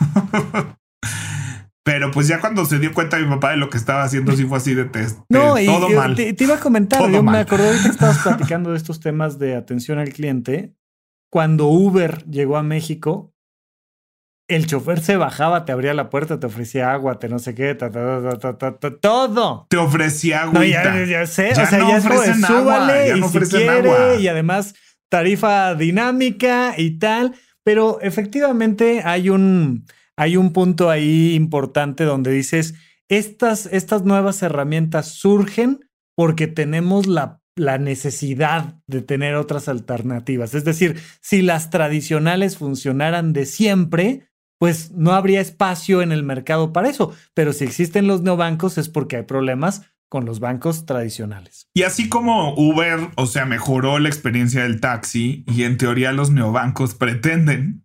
Pero pues ya cuando se dio cuenta mi papá de lo que estaba haciendo, sí fue así de test. No, todo mal. Te iba a comentar, me acordé ahorita que estabas platicando de estos temas de atención al cliente. Cuando Uber llegó a México, el chofer se bajaba, te abría la puerta, te ofrecía agua, te no sé qué, todo. Te ofrecía agua. No, ya sé, ya o sea, no ya ofrecen agua, súbale, ya no y ofrecen si quiere, agua. Y además tarifa dinámica y tal. Pero efectivamente hay un punto ahí importante donde dices, estas nuevas herramientas surgen porque tenemos la la necesidad de tener otras alternativas. Es decir, si las tradicionales funcionaran de siempre, pues no habría espacio en el mercado para eso. Pero si existen los neobancos es porque hay problemas con los bancos tradicionales. Y así como Uber, o sea, mejoró la experiencia del taxi y en teoría los neobancos pretenden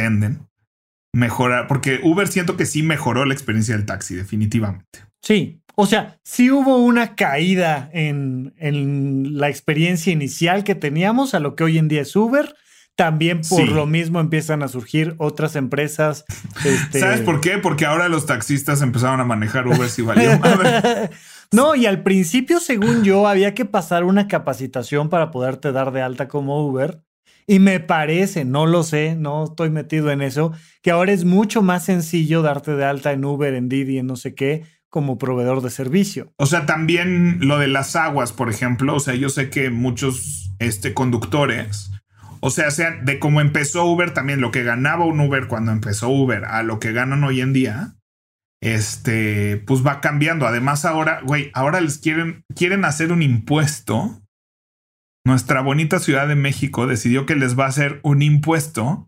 mejorar, porque Uber siento que sí mejoró la experiencia del taxi, definitivamente. Sí, o sea, sí hubo una caída en la experiencia inicial que teníamos a lo que hoy en día es Uber. También por lo mismo empiezan a surgir otras empresas. ¿Sabes por qué? Porque ahora los taxistas empezaron a manejar Uber y valió madre. No, y al principio, según yo, había que pasar una capacitación para poderte dar de alta como Uber. Y me parece, no lo sé, no estoy metido en eso, que ahora es mucho más sencillo darte de alta en Uber, en Didi, en no sé qué, como proveedor de servicio. O sea, también lo de las aguas, por ejemplo. O sea, yo sé que muchos conductores, o sea, de cómo empezó Uber, también lo que ganaba un Uber cuando empezó Uber a lo que ganan hoy en día, pues va cambiando. Además, ahora les quieren hacer un impuesto. Nuestra bonita Ciudad de México decidió que les va a hacer un impuesto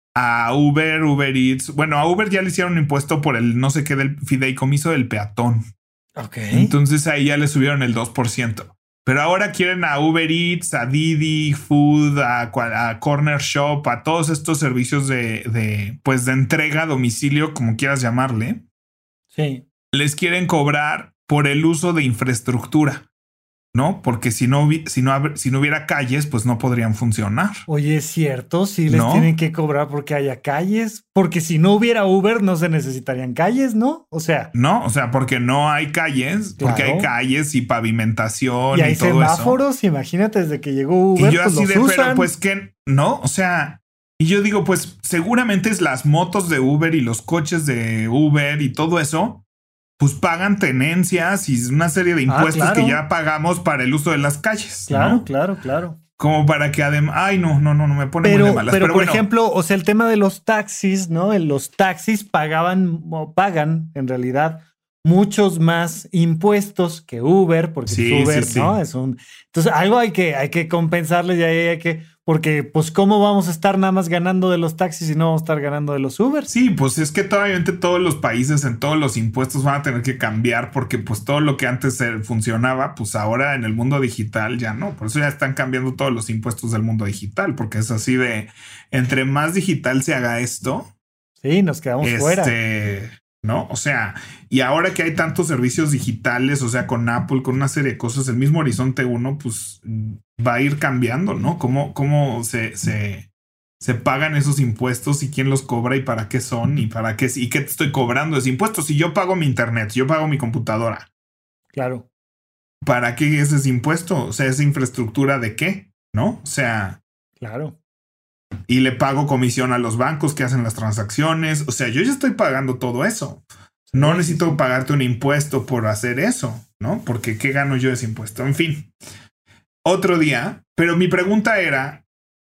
a Uber Eats. Bueno, a Uber ya le hicieron un impuesto por el no sé qué del fideicomiso del peatón. Ok. Entonces ahí ya le subieron el 2%. Pero ahora quieren a Uber Eats, a Didi Food, a Corner Shop, a todos estos servicios de entrega a domicilio, como quieras llamarle. Sí. Les quieren cobrar por el uso de infraestructura, ¿no? Porque si no hubiera calles, pues no podrían funcionar. Oye, es cierto, sí les tienen que cobrar porque haya calles, porque si no hubiera Uber no se necesitarían calles, ¿no? O sea, porque no hay calles, claro. Porque hay calles y pavimentación y hay todo semáforos, eso. Imagínate desde que llegó Uber, y yo pues así los usan. Pero pues que no, o sea, y yo digo, pues seguramente es las motos de Uber y los coches de Uber y todo eso. Pues pagan tenencias y una serie de impuestos claro. Que ya pagamos para el uso de las calles. Claro, ¿no? Claro. Como para que además... Ay, no me pone muy de malas. Pero por ejemplo, o sea, el tema de los taxis, ¿no? Los taxis pagan en realidad muchos más impuestos que Uber, porque Uber, ¿no? Es entonces algo hay que compensarles y ahí hay que... Porque, pues, ¿cómo vamos a estar nada más ganando de los taxis y no vamos a estar ganando de los Uber? Sí, pues es que obviamente todos los países en todos los impuestos van a tener que cambiar porque pues todo lo que antes funcionaba, pues ahora en el mundo digital ya no. Por eso ya están cambiando todos los impuestos del mundo digital, porque es así de entre más digital se haga esto. Sí, nos quedamos fuera. ¿No? O sea, y ahora que hay tantos servicios digitales, o sea, con Apple, con una serie de cosas, el mismo Horizonte 1, pues va a ir cambiando, ¿no? ¿Cómo se pagan esos impuestos y quién los cobra y para qué son y para qué y qué te estoy cobrando ese impuesto? Si yo pago mi internet, yo pago mi computadora. Claro. ¿Para qué es ese impuesto? O sea, ¿esa infraestructura de qué? ¿No? O sea. Claro. Y le pago comisión a los bancos que hacen las transacciones. O sea, yo ya estoy pagando todo eso. No necesito pagarte un impuesto por hacer eso, ¿no? Porque ¿qué gano yo de ese impuesto? En fin, otro día. Pero mi pregunta era,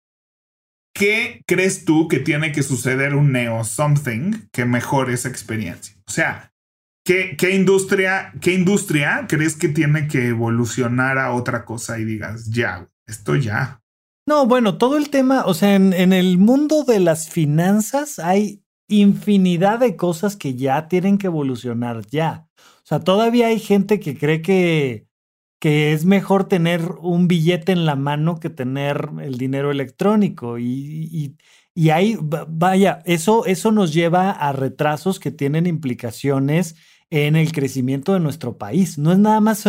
¿qué crees tú que tiene que suceder un Neo Something que mejore esa experiencia? O sea, ¿qué industria crees que tiene que evolucionar a otra cosa y digas, ya, esto ya? No, bueno, todo el tema, o sea, en el mundo de las finanzas hay infinidad de cosas que ya tienen que evolucionar ya. O sea, todavía hay gente que cree que es mejor tener un billete en la mano que tener el dinero electrónico. Y ahí, vaya, eso nos lleva a retrasos que tienen implicaciones en el crecimiento de nuestro país. No es nada más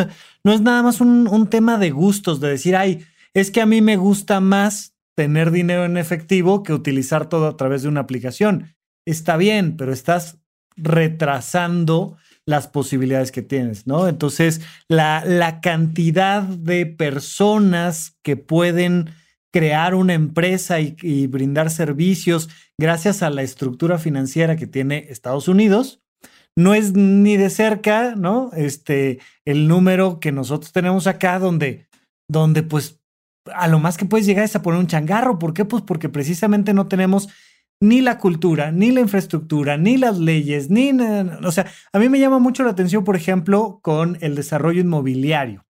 un tema de gustos, de decir, ay, es que a mí me gusta más tener dinero en efectivo que utilizar todo a través de una aplicación. Está bien, pero estás retrasando las posibilidades que tienes, ¿no? Entonces, la cantidad de personas que pueden crear una empresa y brindar servicios gracias a la estructura financiera que tiene Estados Unidos no es ni de cerca, ¿no? El número que nosotros tenemos acá donde pues a lo más que puedes llegar es a poner un changarro. ¿Por qué? Pues porque precisamente no tenemos ni la cultura, ni la infraestructura, ni las leyes, o sea, a mí me llama mucho la atención, por ejemplo, con el desarrollo inmobiliario,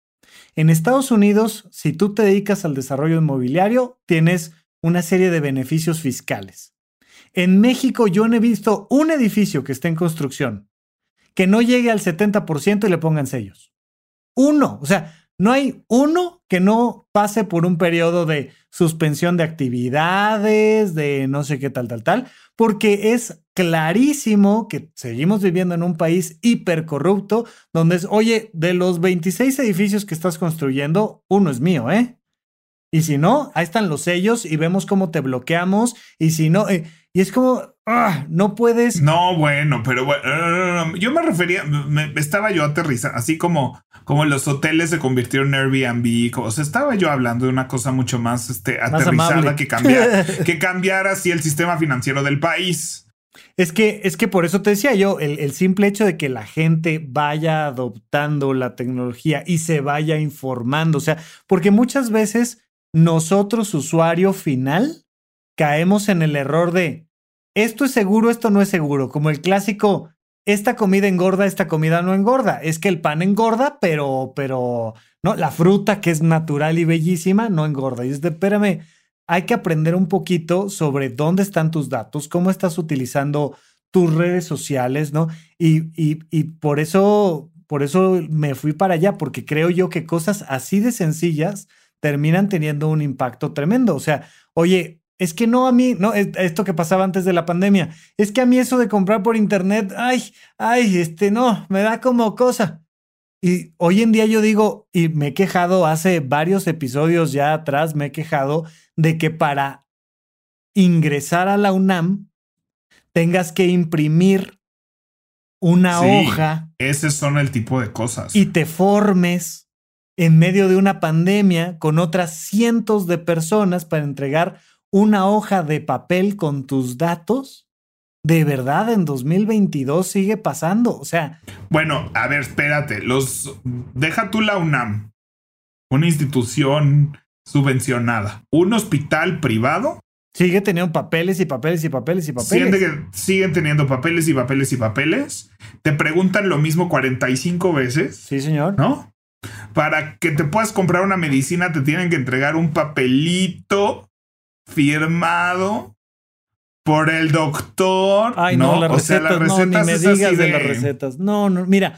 En Estados Unidos, si tú te dedicas al desarrollo inmobiliario, tienes una serie de beneficios fiscales. En México yo no he visto un edificio que esté en construcción que no llegue al 70% y le pongan sellos. Uno, o sea, no hay uno que no pase por un periodo de suspensión de actividades, de no sé qué tal, porque es clarísimo que seguimos viviendo en un país hipercorrupto donde es, oye, de los 26 edificios que estás construyendo, uno es mío, ¿eh? Y si no, ahí están los sellos y vemos cómo te bloqueamos. Y si no, y es como, no puedes. No, bueno, pero bueno, yo me refería, estaba yo aterrizando, así como los hoteles se convirtieron en Airbnb, o sea, estaba yo hablando de una cosa mucho más aterrizada que cambiar así el sistema financiero del país. Es que por eso te decía yo, el simple hecho de que la gente vaya adoptando la tecnología y se vaya informando, o sea, porque muchas veces nosotros, usuario final, caemos en el error de esto es seguro, esto no es seguro, como el clásico, esta comida engorda, esta comida no engorda, es que el pan engorda, pero no, la fruta que es natural y bellísima no engorda. Y es de, espérame, hay que aprender un poquito sobre dónde están tus datos, cómo estás utilizando tus redes sociales, ¿no? Y por eso me fui para allá, porque creo yo que cosas así de sencillas terminan teniendo un impacto tremendo. O sea, oye, es que no a mí, no, esto que pasaba antes de la pandemia, es que a mí eso de comprar por internet, no, me da como cosa. Y hoy en día yo digo, y me he quejado hace varios episodios ya atrás, me he quejado de que para ingresar a la UNAM tengas que imprimir una hoja. Ese son el tipo de cosas. Y te formes en medio de una pandemia con otras cientos de personas para entregar una hoja de papel con tus datos. ¿De verdad en 2022 sigue pasando? O sea... Bueno, a ver, espérate. Deja tú la UNAM, una institución subvencionada. Un hospital privado sigue teniendo papeles y papeles y papeles y papeles. Siguen teniendo papeles y papeles y papeles. Te preguntan lo mismo 45 veces. Sí, señor. ¿No? Para que te puedas comprar una medicina te tienen que entregar un papelito firmado por el doctor. Ay, no, las recetas, no, ni me digas de las recetas. No, mira,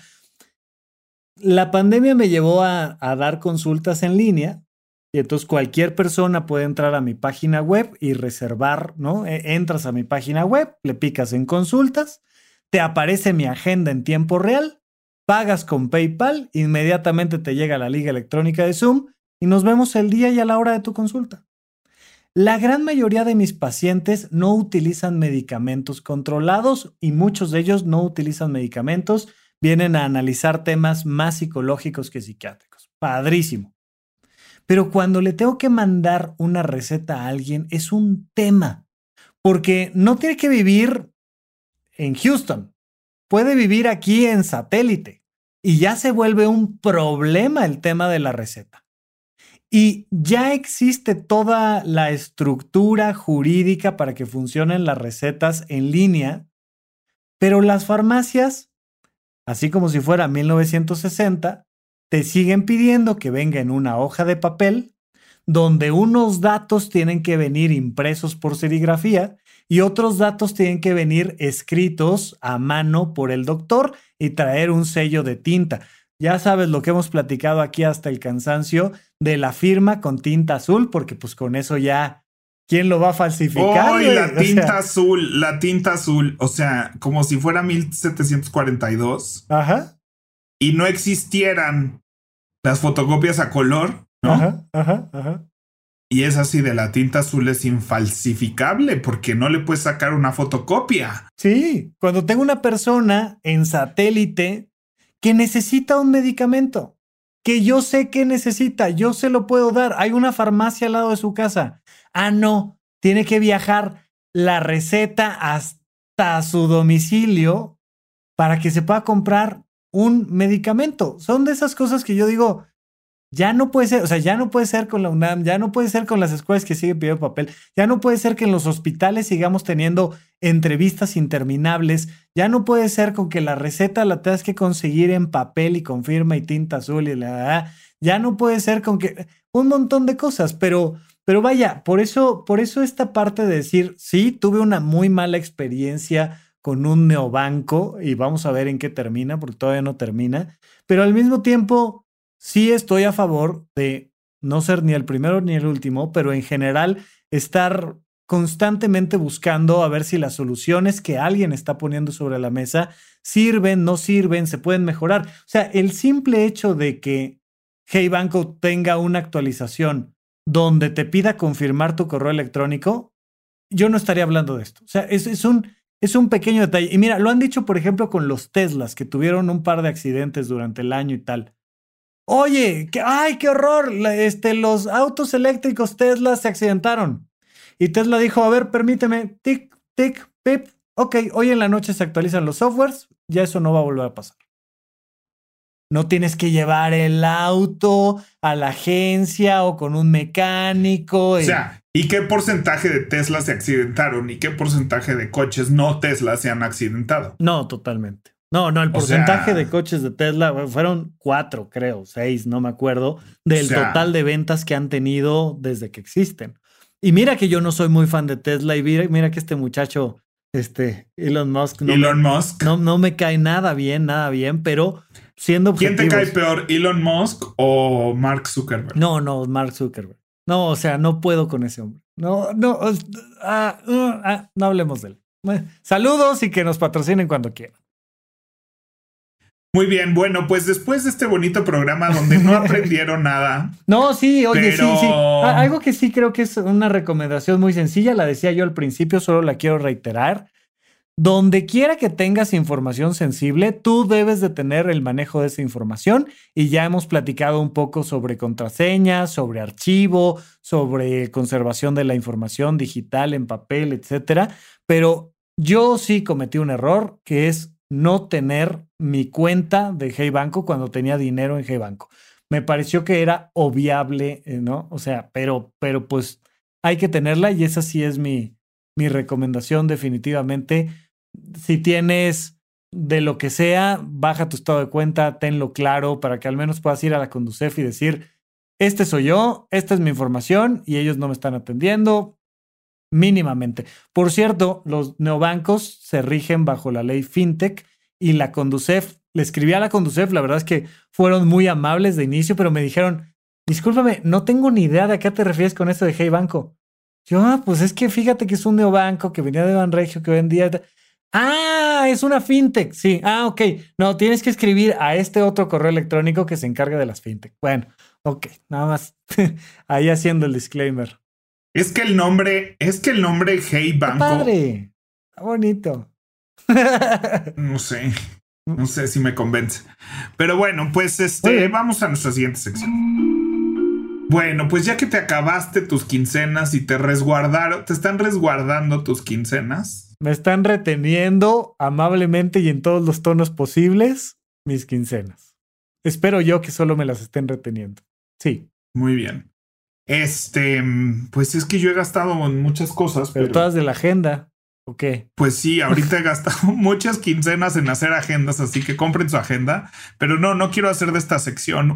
la pandemia me llevó a dar consultas en línea y entonces cualquier persona puede entrar a mi página web y reservar, ¿no? Entras a mi página web, le picas en consultas, te aparece mi agenda en tiempo real, pagas con PayPal, inmediatamente te llega la liga electrónica de Zoom y nos vemos el día y a la hora de tu consulta. La gran mayoría de mis pacientes no utilizan medicamentos controlados y muchos de ellos no utilizan medicamentos, vienen a analizar temas más psicológicos que psiquiátricos. Padrísimo. Pero cuando le tengo que mandar una receta a alguien es un tema, porque no tiene que vivir en Houston, puede vivir aquí en satélite y ya se vuelve un problema el tema de la receta. Y ya existe toda la estructura jurídica para que funcionen las recetas en línea, pero las farmacias, así como si fuera 1960, te siguen pidiendo que venga en una hoja de papel donde unos datos tienen que venir impresos por serigrafía y otros datos tienen que venir escritos a mano por el doctor y traer un sello de tinta. Ya sabes lo que hemos platicado aquí hasta el cansancio de la firma con tinta azul, porque pues con eso ya, ¿quién lo va a falsificar? ¡Ay, la tinta azul! La tinta azul, o sea, como si fuera 1742. Ajá. Y no existieran las fotocopias a color, ¿no? Ajá. Y es así, de la tinta azul es infalsificable porque no le puedes sacar una fotocopia. Sí, cuando tengo una persona en satélite que necesita un medicamento, que yo sé que necesita, yo se lo puedo dar. Hay una farmacia al lado de su casa. No, tiene que viajar la receta hasta su domicilio para que se pueda comprar un medicamento. Son de esas cosas que yo digo, ya no puede ser, o sea, ya no puede ser con la UNAM, ya no puede ser con las escuelas que siguen pidiendo papel, ya no puede ser que en los hospitales sigamos teniendo entrevistas interminables, ya no puede ser con que la receta la tengas que conseguir en papel y con firma y tinta azul y Ya no puede ser con que un montón de cosas, pero vaya, por eso esta parte de decir, sí, tuve una muy mala experiencia con un neobanco y vamos a ver en qué termina, porque todavía no termina, pero al mismo tiempo sí estoy a favor de no ser ni el primero ni el último, pero en general estar constantemente buscando a ver si las soluciones que alguien está poniendo sobre la mesa sirven, no sirven, se pueden mejorar. O sea, el simple hecho de que Hey Banco tenga una actualización donde te pida confirmar tu correo electrónico, yo no estaría hablando de esto. O sea, es un pequeño detalle. Y mira, lo han dicho, por ejemplo, con los Teslas, que tuvieron un par de accidentes durante el año y tal. Oye, ¡ay, qué horror! Los autos eléctricos Tesla se accidentaron. Y Tesla dijo, a ver, permíteme, tic, tic, pip. Ok, hoy en la noche se actualizan los softwares, ya eso no va a volver a pasar. No tienes que llevar el auto a la agencia o con un mecánico. O sea, ¿y qué porcentaje de Tesla se accidentaron? ¿Y qué porcentaje de coches no Tesla se han accidentado? No, totalmente. No, el porcentaje de coches de Tesla fueron 4, creo, 6, no me acuerdo, del total de ventas que han tenido desde que existen. Y mira que yo no soy muy fan de Tesla y mira que este muchacho, Elon Musk. No me cae nada bien, pero siendo objetivos. ¿Quién te cae peor, Elon Musk o Mark Zuckerberg? No, Mark Zuckerberg. No, o sea, no puedo con ese hombre. No hablemos de él. Saludos y que nos patrocinen cuando quieran. Muy bien, bueno, pues después de este bonito programa donde no aprendieron nada. No, sí, oye, sí. Algo que sí creo que es una recomendación muy sencilla, la decía yo al principio, solo la quiero reiterar. Donde quiera que tengas información sensible, tú debes de tener el manejo de esa información y ya hemos platicado un poco sobre contraseñas, sobre archivo, sobre conservación de la información digital en papel, etcétera. Pero yo sí cometí un error que es no tener mi cuenta de Hey Banco cuando tenía dinero en Hey Banco. Me pareció que era obviable, ¿no? O sea, pero pues hay que tenerla y esa sí es mi recomendación definitivamente. Si tienes de lo que sea, baja tu estado de cuenta, tenlo claro para que al menos puedas ir a la Conducef y decir, este soy yo, esta es mi información y ellos no me están atendiendo mínimamente. Por cierto, los neobancos se rigen bajo la ley FinTech y la Conducef, le escribí a la Conducef, la verdad es que fueron muy amables de inicio, pero me dijeron, discúlpame, no tengo ni idea de a qué te refieres con esto de Hey Banco. Yo, pues es que fíjate que es un neobanco que venía de Banregio, que vendía... es una fintech, sí. Ok. No, tienes que escribir a este otro correo electrónico que se encarga de las fintech. Bueno, ok, nada más ahí haciendo el disclaimer. Es que el nombre Hey Banco. ¡Qué padre! Está bonito. No sé si me convence. Pero bueno, pues vamos a nuestra siguiente sección. Bueno, pues ya que te acabaste tus quincenas y te están resguardando tus quincenas. Me están reteniendo amablemente y en todos los tonos posibles mis quincenas. Espero yo que solo me las estén reteniendo. Sí. Muy bien. Pues es que yo he gastado en muchas cosas. Pero todas de la agenda. ¿O qué? Pues sí, ahorita he gastado muchas quincenas en hacer agendas, así que compren su agenda. Pero no quiero hacer de esta sección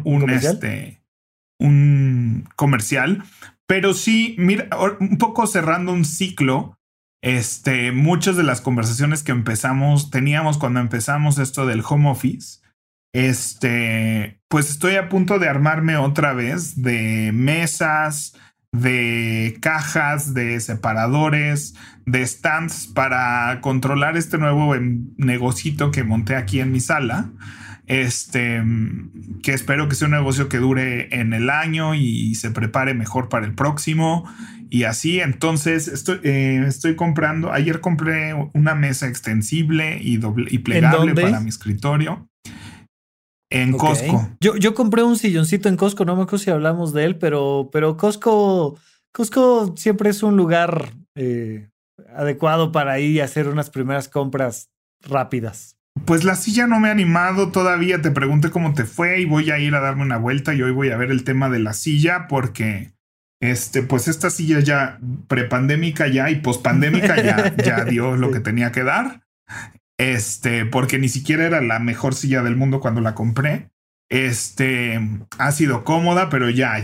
un comercial. Pero sí, mira, un poco cerrando un ciclo. Muchas de las conversaciones que teníamos cuando empezamos esto del home office. Pues estoy a punto de armarme otra vez de mesas, de cajas, de separadores, de stands para controlar este nuevo negocito que monté aquí en mi sala. Que espero que sea un negocio que dure en el año y se prepare mejor para el próximo. Y así, entonces estoy comprando. Ayer compré una mesa extensible y plegable para mi escritorio. En Costco. Yo compré un silloncito en Costco, no me acuerdo si hablamos de él, pero Costco siempre es un lugar adecuado para ir y hacer unas primeras compras rápidas. Pues la silla no me ha animado todavía. Te pregunté cómo te fue y voy a ir a darme una vuelta y hoy voy a ver el tema de la silla porque pues esta silla ya prepandémica ya y pospandémica ya dio lo que tenía que dar. Porque ni siquiera era la mejor silla del mundo cuando la compré. Ha sido cómoda, pero ya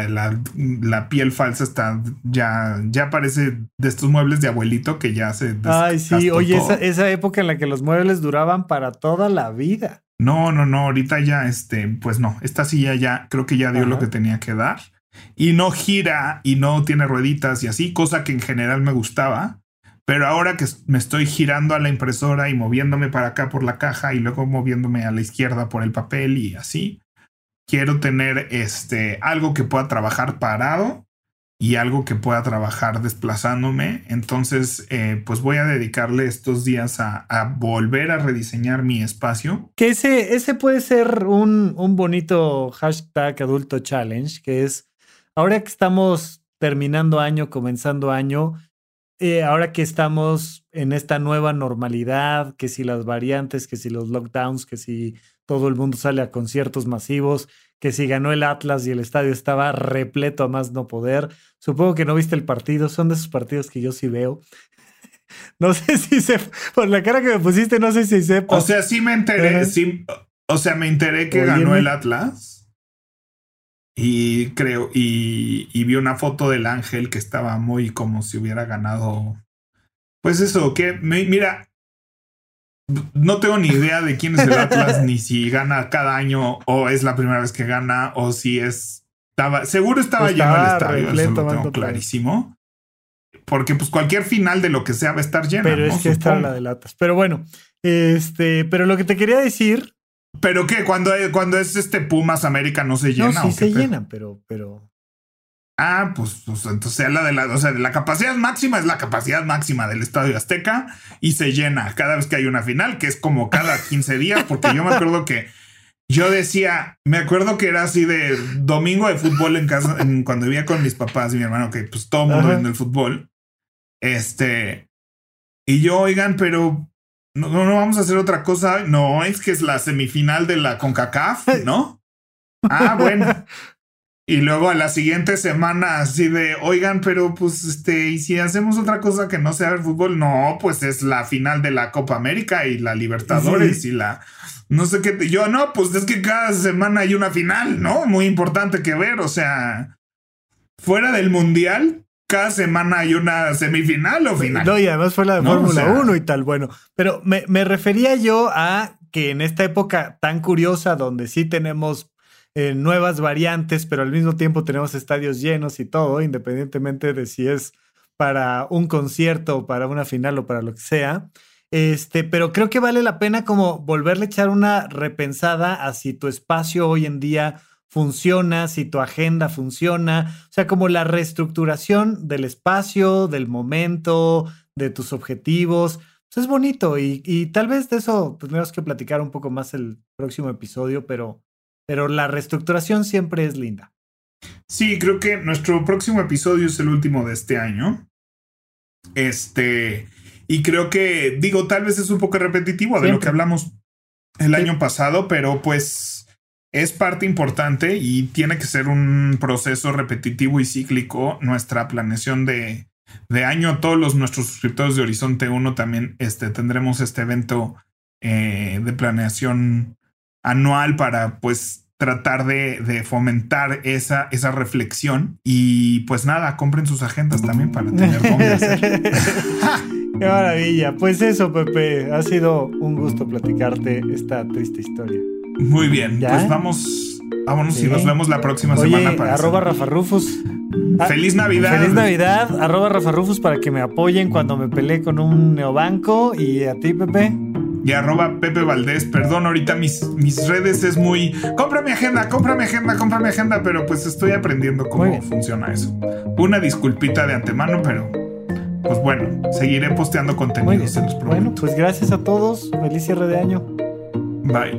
la piel falsa está, ya parece de estos muebles de abuelito que ya se Ay, sí, oye, esa época en la que los muebles duraban para toda la vida. No, ahorita ya, pues no, esta silla ya creo que ya dio lo que tenía que dar. Y no gira y no tiene rueditas y así, cosa que en general me gustaba. Pero ahora que me estoy girando a la impresora y moviéndome para acá por la caja y luego moviéndome a la izquierda por el papel y así, quiero tener algo que pueda trabajar parado y algo que pueda trabajar desplazándome. Entonces, pues voy a dedicarle estos días a volver a rediseñar mi espacio. Que ese puede ser un bonito hashtag adulto challenge, que es ahora que estamos terminando año, comenzando año, ahora que estamos en esta nueva normalidad, que si las variantes, que si los lockdowns, que si todo el mundo sale a conciertos masivos, que si ganó el Atlas y el estadio estaba repleto a más no poder. Supongo que no viste el partido, son de esos partidos que yo sí veo. No sé si por la cara que me pusiste, no sé si sepas. O sea, sí me enteré, sí, o sea, me enteré que ganó el Atlas y creo, y vi una foto del Ángel que estaba muy como si hubiera ganado. Pues eso, que mira, no tengo ni idea de quién es el Atlas, ni si gana cada año o es la primera vez que gana o si seguro estaba lleno el estadio, eso lo tengo clarísimo. Porque pues cualquier final de lo que sea va a estar llena. Pero es que está la de latas. Pero bueno, pero lo que te quería decir. ¿Pero qué? Cuando es Pumas América no se llena. No, sí se llena, pero. Ah, pues entonces la capacidad máxima es la capacidad máxima del Estadio Azteca y se llena cada vez que hay una final, que es como cada 15 días, porque yo me acuerdo que yo decía, me acuerdo que era así de domingo de fútbol en casa, cuando vivía con mis papás y mi hermano, que pues todo el mundo viendo el fútbol. Y yo, oigan, pero no vamos a hacer otra cosa. No, es que es la semifinal de la CONCACAF, ¿no? Ah, bueno. Y luego a la siguiente semana así de, oigan, pero pues y si hacemos otra cosa que no sea el fútbol, no, pues es la final de la Copa América y la Libertadores y la no sé qué. Yo no, pues es que cada semana hay una final, ¿no? Muy importante que ver, o sea, fuera del mundial, cada semana hay una semifinal o final. No, y además fue la de Fórmula 1 y tal, bueno, pero me refería yo a que en esta época tan curiosa donde sí tenemos nuevas variantes, pero al mismo tiempo tenemos estadios llenos y todo, independientemente de si es para un concierto o para una final o para lo que sea. Pero creo que vale la pena como volverle a echar una repensada a si tu espacio hoy en día funciona, si tu agenda funciona, o sea, como la reestructuración del espacio, del momento, de tus objetivos. Pues es bonito y tal vez de eso tendremos que platicar un poco más el próximo episodio, pero la reestructuración siempre es linda. Sí, creo que nuestro próximo episodio es el último de este año. Y creo que, tal vez es un poco repetitivo de lo que hablamos el año pasado, pero pues es parte importante y tiene que ser un proceso repetitivo y cíclico. Nuestra planeación de año, todos nuestros suscriptores de Horizonte 1 también tendremos este evento de planeación anual para pues tratar de fomentar esa reflexión y pues nada, compren sus agendas también para tener dónde hacer. Qué maravilla. Pues eso, Pepe, ha sido un gusto platicarte esta triste historia. Muy bien, ¿ya? Pues vámonos y nos vemos la próxima semana para @RafaRufus. ¡Feliz Navidad! ¡Feliz Navidad! @RafaRufus para que me apoyen cuando me peleé con un neobanco. Y a ti, Pepe. Y @Pepe Valdés. Perdón, ahorita mis redes es muy compra mi agenda, pero pues estoy aprendiendo cómo funciona eso. Una disculpita de antemano, pero pues bueno, seguiré posteando contenidos, se los prometo. Bueno, pues gracias a todos. Feliz cierre de año. Bye.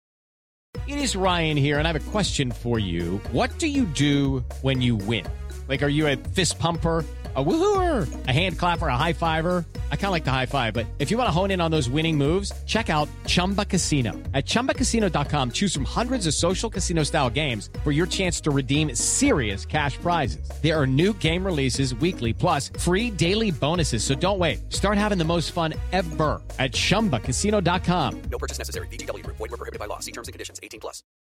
It is Ryan here, and I have a question for you. What do you do when you win? Like, are you a fist pumper, a woohooer, a hand clapper, a high fiver? I kind of like the high five, but if you want to hone in on those winning moves, check out Chumba Casino. At ChumbaCasino.com, choose from hundreds of social casino style games for your chance to redeem serious cash prizes. There are new game releases weekly, plus free daily bonuses. So don't wait. Start having the most fun ever at ChumbaCasino.com. No purchase necessary. VGW Group. Void where prohibited by law. See terms and conditions. 18+.